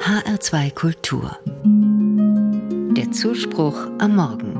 HR2 Kultur. Der Zuspruch am Morgen.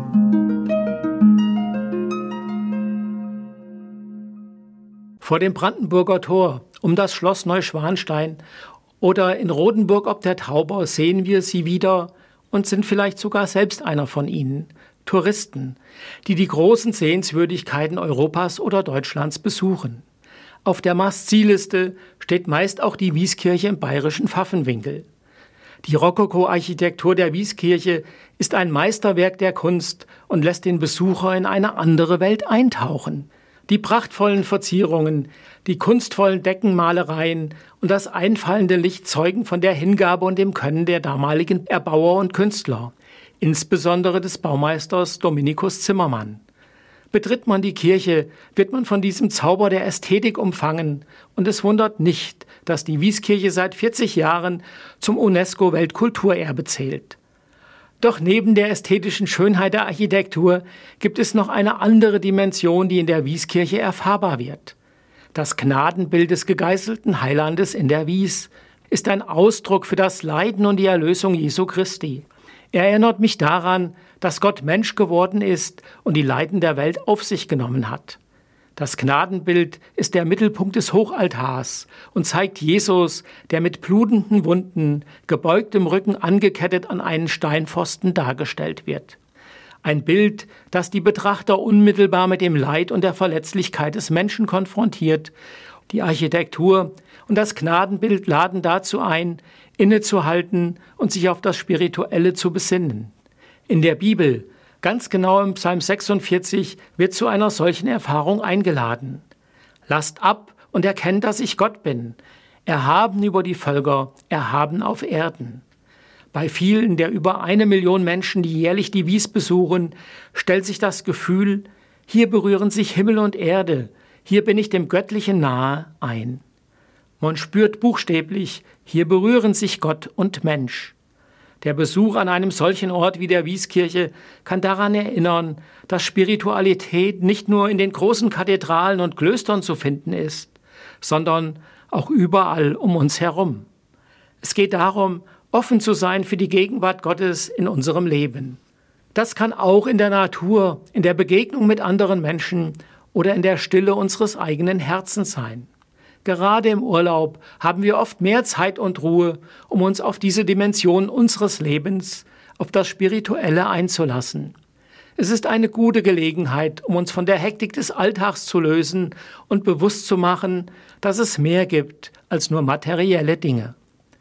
Vor dem Brandenburger Tor, um das Schloss Neuschwanstein oder in Rodenburg ob der Tauber sehen wir sie wieder und sind vielleicht sogar selbst einer von ihnen, Touristen, die die großen Sehenswürdigkeiten Europas oder Deutschlands besuchen. Auf der Must-See-Liste steht meist auch die Wieskirche im bayerischen Pfaffenwinkel. Die Rokoko-Architektur der Wieskirche ist ein Meisterwerk der Kunst und lässt den Besucher in eine andere Welt eintauchen. Die prachtvollen Verzierungen, die kunstvollen Deckenmalereien und das einfallende Licht zeugen von der Hingabe und dem Können der damaligen Erbauer und Künstler, insbesondere des Baumeisters Dominikus Zimmermann. Betritt man die Kirche, wird man von diesem Zauber der Ästhetik umfangen und es wundert nicht, dass die Wieskirche seit 40 Jahren zum UNESCO-Weltkulturerbe zählt. Doch neben der ästhetischen Schönheit der Architektur gibt es noch eine andere Dimension, die in der Wieskirche erfahrbar wird. Das Gnadenbild des gegeißelten Heilandes in der Wies ist ein Ausdruck für das Leiden und die Erlösung Jesu Christi. Er erinnert mich daran, dass Gott Mensch geworden ist und die Leiden der Welt auf sich genommen hat. Das Gnadenbild ist der Mittelpunkt des Hochaltars und zeigt Jesus, der mit blutenden Wunden, gebeugtem Rücken angekettet an einen Steinpfosten dargestellt wird. Ein Bild, das die Betrachter unmittelbar mit dem Leid und der Verletzlichkeit des Menschen konfrontiert. Die Architektur und das Gnadenbild laden dazu ein, innezuhalten und sich auf das Spirituelle zu besinnen. In der Bibel, ganz genau im Psalm 46, wird zu einer solchen Erfahrung eingeladen. Lasst ab und erkennt, dass ich Gott bin, erhaben über die Völker, erhaben auf Erden. Bei vielen der über 1 Million Menschen, die jährlich die Wies besuchen, stellt sich das Gefühl, hier berühren sich Himmel und Erde, hier bin ich dem Göttlichen nahe ein. Man spürt buchstäblich, hier berühren sich Gott und Mensch. Der Besuch an einem solchen Ort wie der Wieskirche kann daran erinnern, dass Spiritualität nicht nur in den großen Kathedralen und Klöstern zu finden ist, sondern auch überall um uns herum. Es geht darum, offen zu sein für die Gegenwart Gottes in unserem Leben. Das kann auch in der Natur, in der Begegnung mit anderen Menschen oder in der Stille unseres eigenen Herzens sein. Gerade im Urlaub haben wir oft mehr Zeit und Ruhe, um uns auf diese Dimension unseres Lebens, auf das Spirituelle einzulassen. Es ist eine gute Gelegenheit, um uns von der Hektik des Alltags zu lösen und bewusst zu machen, dass es mehr gibt als nur materielle Dinge.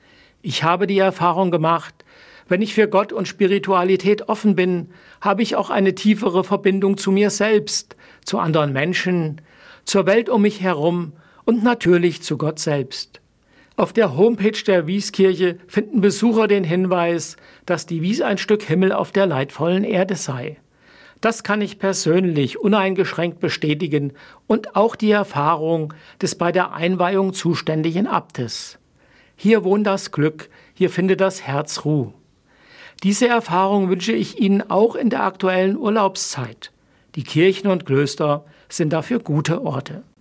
Ich habe die Erfahrung gemacht, wenn ich für Gott und Spiritualität offen bin, habe ich auch eine tiefere Verbindung zu mir selbst, zu anderen Menschen, zur Welt um mich herum und natürlich zu Gott selbst. Auf der Homepage der Wieskirche finden Besucher den Hinweis, dass die Wies ein Stück Himmel auf der leidvollen Erde sei. Das kann ich persönlich uneingeschränkt bestätigen und auch die Erfahrung des bei der Einweihung zuständigen Abtes. Hier wohnt das Glück, hier findet das Herz Ruhe. Diese Erfahrung wünsche ich Ihnen auch in der aktuellen Urlaubszeit. Die Kirchen und Klöster sind dafür gute Orte.